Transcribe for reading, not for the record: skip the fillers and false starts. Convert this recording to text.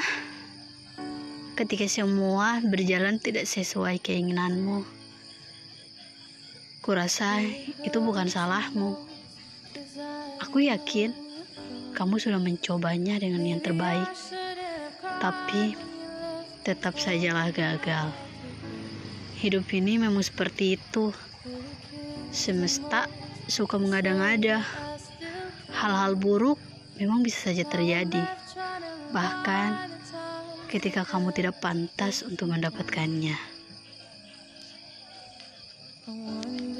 ketika semua berjalan tidak sesuai keinginanmu, kurasa itu bukan salahmu. Aku yakin kamu sudah mencobanya dengan yang terbaik, tapi tetap sajalah gagal. Hidup ini memang seperti itu. Semesta suka mengada-ngada. Hal-hal buruk memang bisa saja terjadi, bahkan ketika kamu tidak pantas untuk mendapatkannya.